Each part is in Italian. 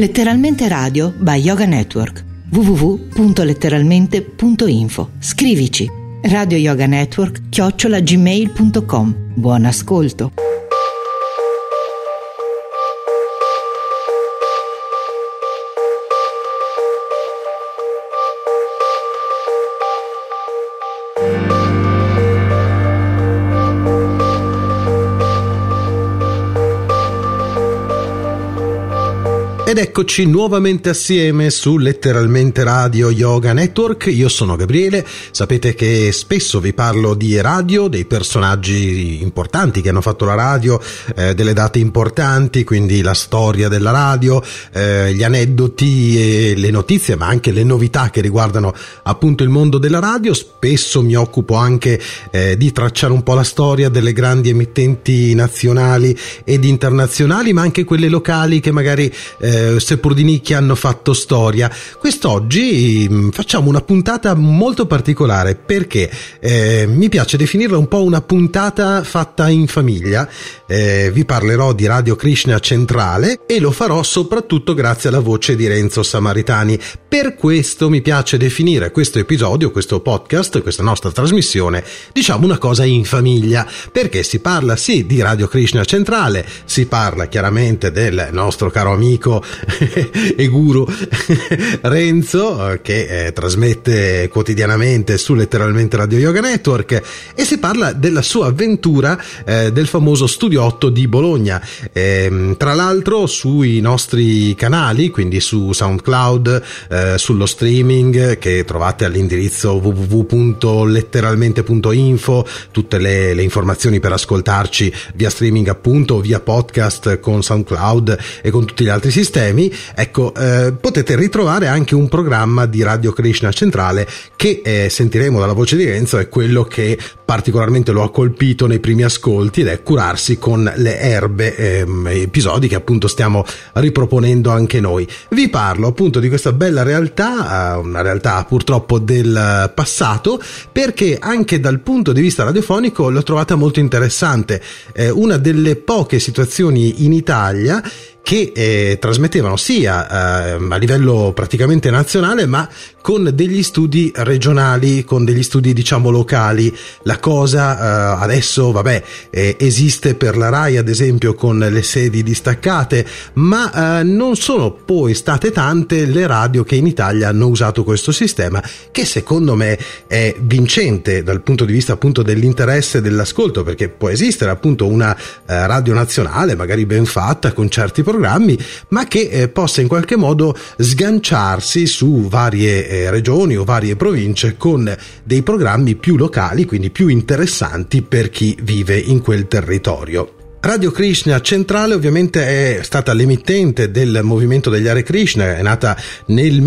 Letteralmente Radio by Yoga Network. www.letteralmente.info. Scrivici radioyoganetwork@gmail.com. Buon ascolto. Ed eccoci nuovamente assieme su Letteralmente Radio Yoga Network. Io sono Gabriele, sapete che spesso vi parlo di radio, dei personaggi importanti che hanno fatto la radio, delle date importanti, quindi la storia della radio, gli aneddoti e le notizie, ma anche le novità che riguardano appunto il mondo della radio. Spesso mi occupo anche di tracciare un po' la storia delle grandi emittenti nazionali ed internazionali, ma anche quelle locali che magari seppur di nicchia hanno fatto storia. Quest'oggi facciamo una puntata molto particolare perché mi piace definirla un po' una puntata fatta in famiglia. Vi parlerò di Radio Krishna Centrale e lo farò soprattutto grazie alla voce di Renzo Samaritani. Per questo mi piace definire questo episodio, questo podcast, questa nostra trasmissione, diciamo una cosa in famiglia, perché si parla sì di Radio Krishna Centrale, si parla chiaramente del nostro caro amico e guru Renzo, che trasmette quotidianamente su Letteralmente Radio Yoga Network, e si parla della sua avventura del famoso Studio 8 di Bologna. Tra l'altro sui nostri canali, quindi su SoundCloud, sullo streaming che trovate all'indirizzo www.letteralmente.info, tutte le informazioni per ascoltarci via streaming appunto, via podcast con SoundCloud e con tutti gli altri sistemi. Ecco, potete ritrovare anche un programma di Radio Krishna Centrale che sentiremo dalla voce di Renzo è quello che particolarmente lo ha colpito nei primi ascolti, ed è Curarsi con le erbe, episodi che appunto stiamo riproponendo anche noi. Vi parlo appunto di questa bella realtà, una realtà purtroppo del passato, perché anche dal punto di vista radiofonico l'ho trovata molto interessante. Una delle poche situazioni in Italia che trasmettevano sia a livello praticamente nazionale, ma con degli studi regionali, con degli studi diciamo locali. La cosa adesso esiste per la Rai ad esempio con le sedi distaccate, ma non sono poi state tante le radio che in Italia hanno usato questo sistema, che secondo me è vincente dal punto di vista appunto dell'interesse e dell'ascolto, perché può esistere appunto una radio nazionale magari ben fatta con certi programmi, ma che possa in qualche modo sganciarsi su varie regioni o varie province con dei programmi più locali, quindi più interessanti per chi vive in quel territorio. Radio Krishna Centrale ovviamente è stata l'emittente del movimento degli Hare Krishna, è nata nel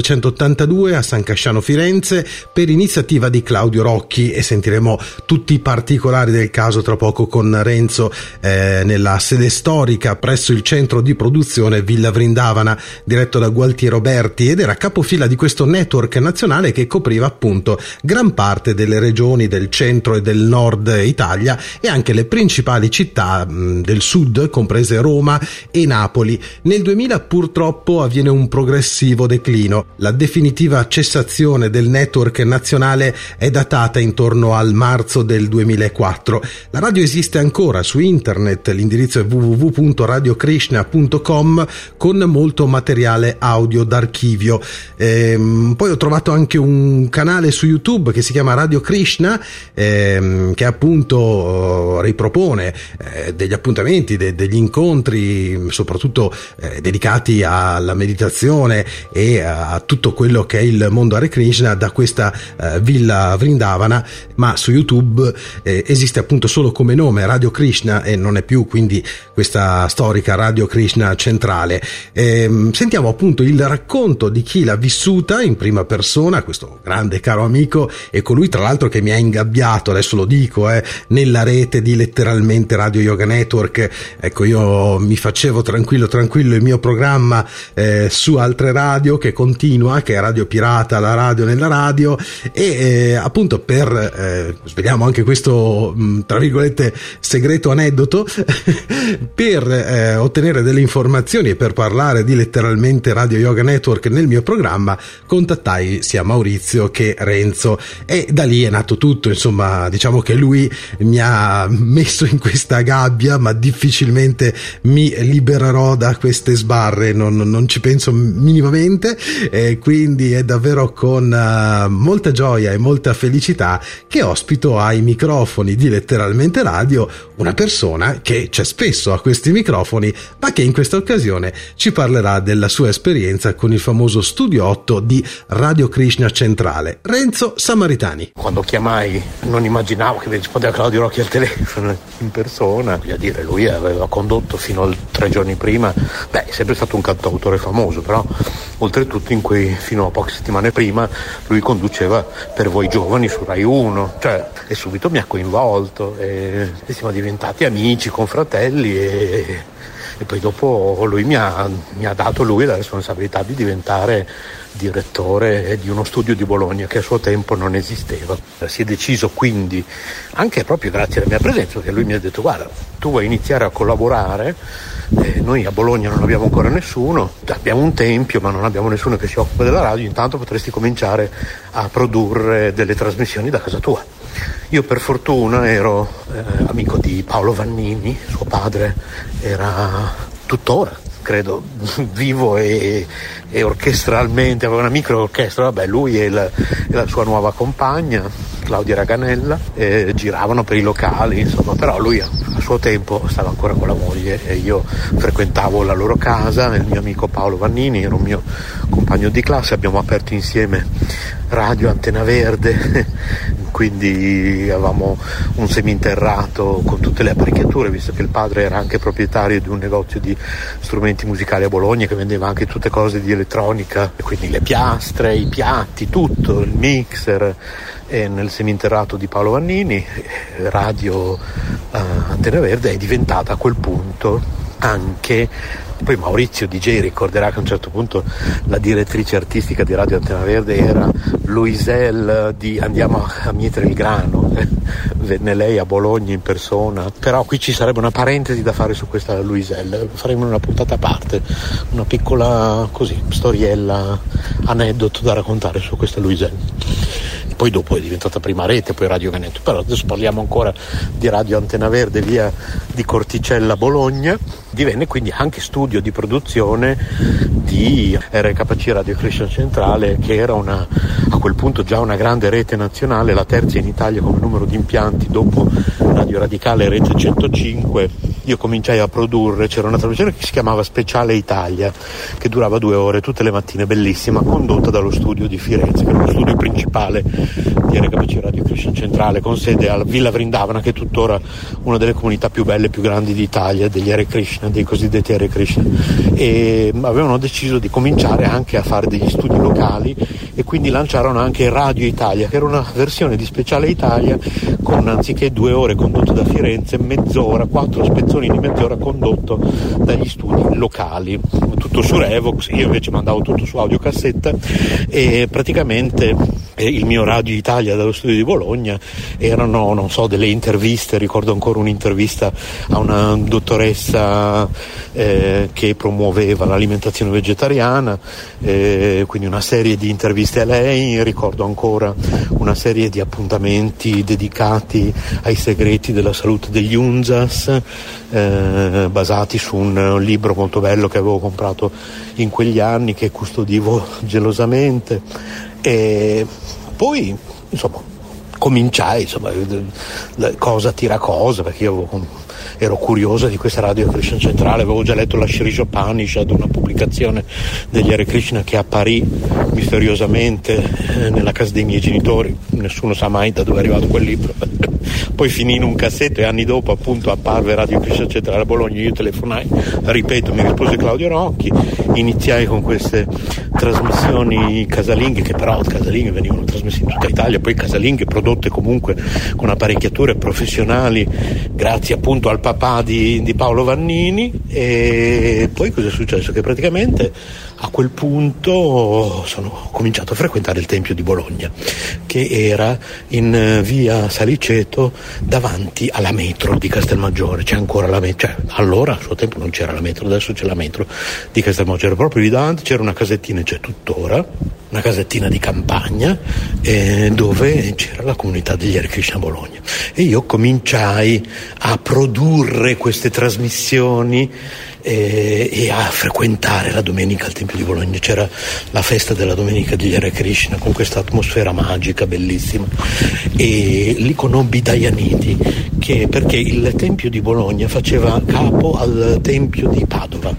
1982 a San Casciano Firenze per iniziativa di Claudio Rocchi, e sentiremo tutti i particolari del caso tra poco con Renzo nella sede storica presso il centro di produzione Villa Vrindavana, diretto da Gualtiero Berti, ed era capofila di questo network nazionale che copriva appunto gran parte delle regioni del centro e del nord Italia e anche le principali città del sud, comprese Roma e Napoli. Nel 2000 purtroppo avviene un progressivo declino. La definitiva cessazione del network nazionale è datata intorno al marzo del 2004. La radio esiste ancora su internet, l'indirizzo è www.radiokrishna.com con molto materiale audio d'archivio. Poi ho trovato anche un canale su YouTube che si chiama Radio Krishna, che appunto ripropone degli appuntamenti, degli incontri soprattutto dedicati alla meditazione e a tutto quello che è il mondo Hare Krishna da questa Villa Vrindavana, ma su YouTube esiste appunto solo come nome Radio Krishna e non è più quindi questa storica Radio Krishna Centrale. Sentiamo appunto il racconto di chi l'ha vissuta in prima persona, questo grande caro amico, e colui tra l'altro che mi ha ingabbiato, adesso lo dico, nella rete di Letteralmente Radio Yoga Yoga Network, ecco, io mi facevo tranquillo il mio programma su altre radio, che continua, che è Radio Pirata, la radio nella radio, e appunto per sveliamo anche questo tra virgolette segreto aneddoto per ottenere delle informazioni e per parlare di letteralmente Radio Yoga Network nel mio programma, contattai sia Maurizio che Renzo, e da lì è nato tutto. Insomma, diciamo che lui mi ha messo in questa gabbia, ma difficilmente mi libererò da queste sbarre, non ci penso minimamente, quindi è davvero con molta gioia e molta felicità che ospito ai microfoni di Letteralmente Radio una persona che c'è spesso a questi microfoni, ma che in questa occasione ci parlerà della sua esperienza con il famoso Studio 8 di Radio Krishna Centrale, Renzo Samaritani. Quando chiamai non immaginavo che mi rispondeva Claudio Rocchi al telefono in persona. Voglio dire, lui aveva condotto fino a 3 giorni prima, è sempre stato un cantautore famoso, però oltretutto fino a poche settimane prima lui conduceva Per voi giovani su Rai 1, e subito mi ha coinvolto e siamo diventati amici, confratelli, e poi dopo lui mi ha dato la responsabilità di diventare direttore di uno studio di Bologna che a suo tempo non esisteva. Si è deciso quindi, anche proprio grazie alla mia presenza, che lui mi ha detto: guarda, tu vuoi iniziare a collaborare, noi a Bologna non abbiamo ancora nessuno, abbiamo un tempio ma non abbiamo nessuno che si occupa della radio, intanto potresti cominciare a produrre delle trasmissioni da casa tua. Io per fortuna ero amico di Paolo Vannini, suo padre era tuttora, credo, vivo e orchestralmente, aveva una microorchestra, lui e la sua nuova compagna, Claudia Raganella, giravano per i locali, insomma, però lui a suo tempo stava ancora con la moglie e io frequentavo la loro casa. Il mio amico Paolo Vannini era un mio compagno di classe, abbiamo aperto insieme Radio Antena Verde, quindi avevamo un seminterrato con tutte le apparecchiature, visto che il padre era anche proprietario di un negozio di strumenti musicali a Bologna che vendeva anche tutte cose di elettronica, quindi le piastre, i piatti, tutto, il mixer. E nel seminterrato di Paolo Vannini Radio Antena Verde è diventata a quel punto anche, poi Maurizio DJ ricorderà che a un certo punto la direttrice artistica di Radio Antena Verde era Luiselle di Andiamo a mietere il grano, venne lei a Bologna in persona, però qui ci sarebbe una parentesi da fare su questa Luiselle, faremo una puntata a parte, una piccola storiella, aneddoto da raccontare su questa Luiselle. Poi dopo è diventata Prima Rete, poi Radio Veneto, però adesso parliamo ancora di Radio Antena Verde, via di Corticella, Bologna. Divenne quindi anche studio di produzione di RKC Radio Krishna Centrale, che era a quel punto già una grande rete nazionale, la terza in Italia come numero di impianti dopo Radio Radicale Rete 105. Io cominciai a produrre, c'era una trasmissione che si chiamava Speciale Italia, che durava 2 ore tutte le mattine, bellissima, condotta dallo studio di Firenze, che era lo studio principale di RKC Radio Krishna Centrale, con sede alla Villa Vrindavana, che è tuttora una delle comunità più belle e più grandi d'Italia, degli Hare Krishna, dei cosiddetti Hare Krishna. E avevano deciso di cominciare anche a fare degli studi locali, e quindi lanciarono anche Radio Italia, che era una versione di Speciale Italia con, anziché 2 ore condotto da Firenze, mezz'ora, 4 spezzoni di mezz'ora condotto dagli studi locali, tutto su Revox. Io invece mandavo tutto su audiocassetta, e praticamente il mio Radio Italia dallo studio di Bologna erano, non so, delle interviste. Ricordo ancora un'intervista a una dottoressa che promuoveva l'alimentazione vegetariana, quindi una serie di interviste a lei. Ricordo ancora una serie di appuntamenti dedicati ai segreti della salute degli Unzas, basati su un libro molto bello che avevo comprato in quegli anni, che custodivo gelosamente. E poi cominciai, cosa tira cosa, perché io ero curiosa di questa Radio Krishna Centrale, avevo già letto la Shri Upanishad, una pubblicazione degli Hare Krishna che apparì misteriosamente nella casa dei miei genitori, nessuno sa mai da dove è arrivato quel libro. Poi finì in un cassetto, e anni dopo appunto apparve Radio Krishna Centrale a Bologna. Io telefonai, ripeto, mi rispose Claudio Rocchi, iniziai con queste trasmissioni casalinghe, che però casalinghe venivano trasmesse in tutta Italia, poi casalinghe prodotte comunque con apparecchiature professionali grazie appunto al papà di Paolo Vannini. E poi cosa è successo? Che praticamente a quel punto ho cominciato a frequentare il Tempio di Bologna, che era in via Saliceto davanti alla metro di Castelmaggiore. C'è ancora la metro, cioè allora a suo tempo non c'era la metro, adesso c'è la metro di Castelmaggiore, proprio lì davanti c'era una casettina, c'è tuttora una casettina di campagna dove c'era la comunità degli Hare Krishna Bologna, e io cominciai a produrre queste trasmissioni e a frequentare la domenica al Tempio di Bologna. C'era la festa della domenica degli Hare Krishna con questa atmosfera magica bellissima, e lì conobbi Dayanidi, perché il Tempio di Bologna faceva capo al Tempio di Padova,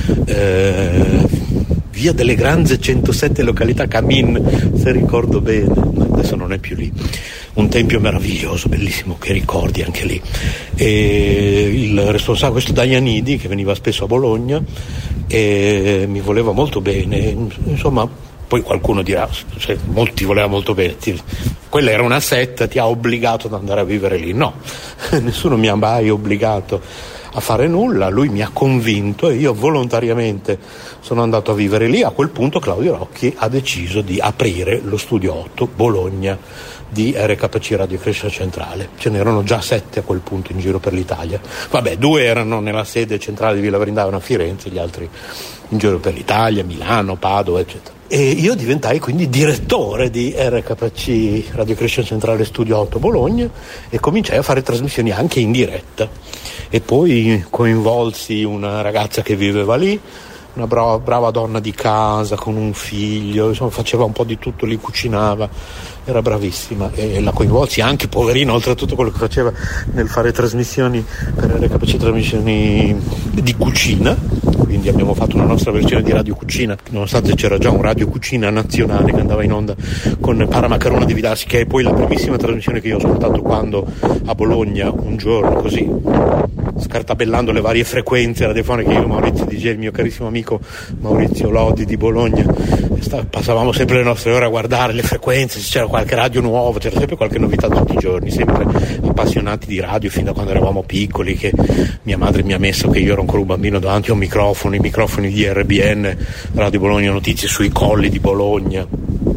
via delle Granze 107, località Camin, se ricordo bene, ma adesso non è più lì. Un tempio meraviglioso, bellissimo, che ricordi anche lì. E il responsabile, questo Dayanidi, che veniva spesso a Bologna e mi voleva molto bene, insomma. Poi qualcuno dirà, cioè, molti voleva molto bene, quella era una setta, ti ha obbligato ad andare a vivere lì. No, nessuno mi ha mai obbligato a fare nulla, lui mi ha convinto e io volontariamente sono andato a vivere lì. A quel punto Claudio Rocchi ha deciso di aprire lo Studio 8 Bologna di RKC Radio Krishna Centrale. Ce n'erano già 7 a quel punto in giro per l'Italia. Vabbè, 2 erano nella sede centrale di Villa Vrindavana a Firenze, gli altri in giro per l'Italia, Milano, Padova, eccetera. E io diventai quindi direttore di RKC Radio Krishna Centrale Studio 8 Bologna e cominciai a fare trasmissioni anche in diretta. E poi coinvolsi una ragazza che viveva lì, una brava donna di casa con un figlio, insomma faceva un po' di tutto, lì cucinava, era bravissima, e la coinvolsi anche, poverina, oltre a tutto quello che faceva nel fare trasmissioni per RKC, trasmissioni di cucina. Quindi abbiamo fatto una nostra versione di Radio Cucina, nonostante c'era già un Radio Cucina nazionale che andava in onda con Paramacarona di Vidarsi, che è poi la primissima trasmissione che io ho ascoltato quando a Bologna un giorno così, scartabellando le varie frequenze radiofoniche, io, Maurizio DJ, il mio carissimo amico Maurizio Lodi di Bologna, passavamo sempre le nostre ore a guardare le frequenze, se c'era qualche radio nuovo, c'era sempre qualche novità tutti i giorni, sempre appassionati di radio fin da quando eravamo piccoli, che mia madre mi ha messo, che io ero ancora un bambino, davanti a un microfono, i microfoni di RBN, Radio Bologna Notizie, sui colli di Bologna.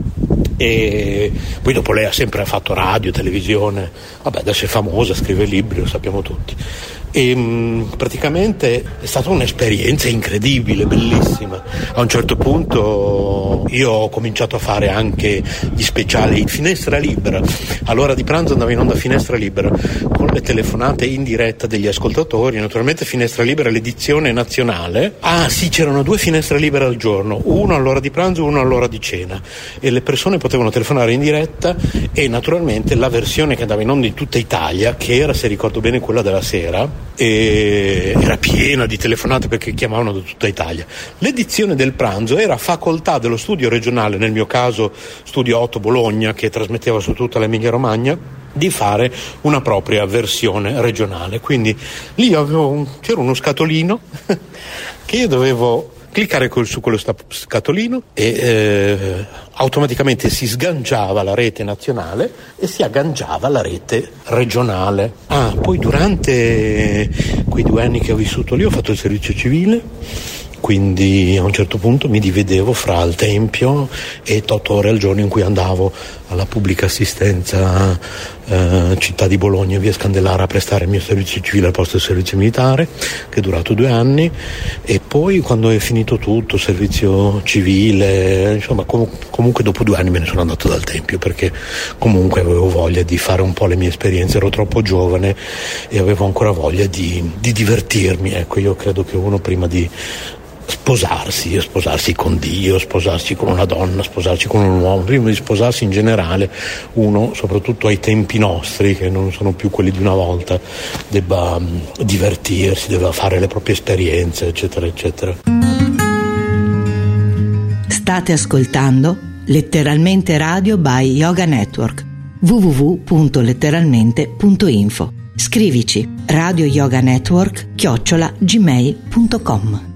E poi dopo lei ha sempre fatto radio, televisione, vabbè, adesso è famosa, scrive libri, lo sappiamo tutti. E praticamente è stata un'esperienza incredibile, bellissima. A un certo punto io ho cominciato a fare anche gli speciali in Finestra Libera. All'ora di pranzo andavo in onda Finestra Libera con le telefonate in diretta degli ascoltatori, naturalmente Finestra Libera l'edizione nazionale. Ah sì, c'erano 2 Finestre Libere al giorno, uno all'ora di pranzo e uno all'ora di cena, e le persone potevano telefonare in diretta, e naturalmente la versione che andava in onda in tutta Italia, che era, se ricordo bene, quella della sera, e era piena di telefonate perché chiamavano da tutta Italia. L'edizione del pranzo era facoltà dello studio regionale, nel mio caso Studio 8 Bologna, che trasmetteva su tutta l'Emilia Romagna, di fare una propria versione regionale. Quindi lì c'era uno scatolino che io dovevo cliccare su quello scatolino e automaticamente si sganciava la rete nazionale e si agganciava la rete regionale. Poi durante quei 2 anni che ho vissuto lì ho fatto il servizio civile, quindi a un certo punto mi dividevo fra il Tempio e 8 ore al giorno in cui andavo alla pubblica assistenza città di Bologna, via Scandellara, a prestare il mio servizio civile al posto del servizio militare, che è durato 2 anni, e poi quando è finito tutto, servizio civile, insomma comunque dopo 2 anni me ne sono andato dal Tempio, perché comunque avevo voglia di fare un po' le mie esperienze, ero troppo giovane e avevo ancora voglia di divertirmi. Ecco, io credo che uno prima di sposarsi con Dio, sposarsi con una donna, sposarsi con un uomo, prima di sposarsi in generale, uno, soprattutto ai tempi nostri, che non sono più quelli di una volta, debba divertirsi, debba fare le proprie esperienze, eccetera, eccetera. State ascoltando Letteralmente Radio by Yoga Network, www.letteralmente.info. Scrivici radioyoganetwork@gmail.com.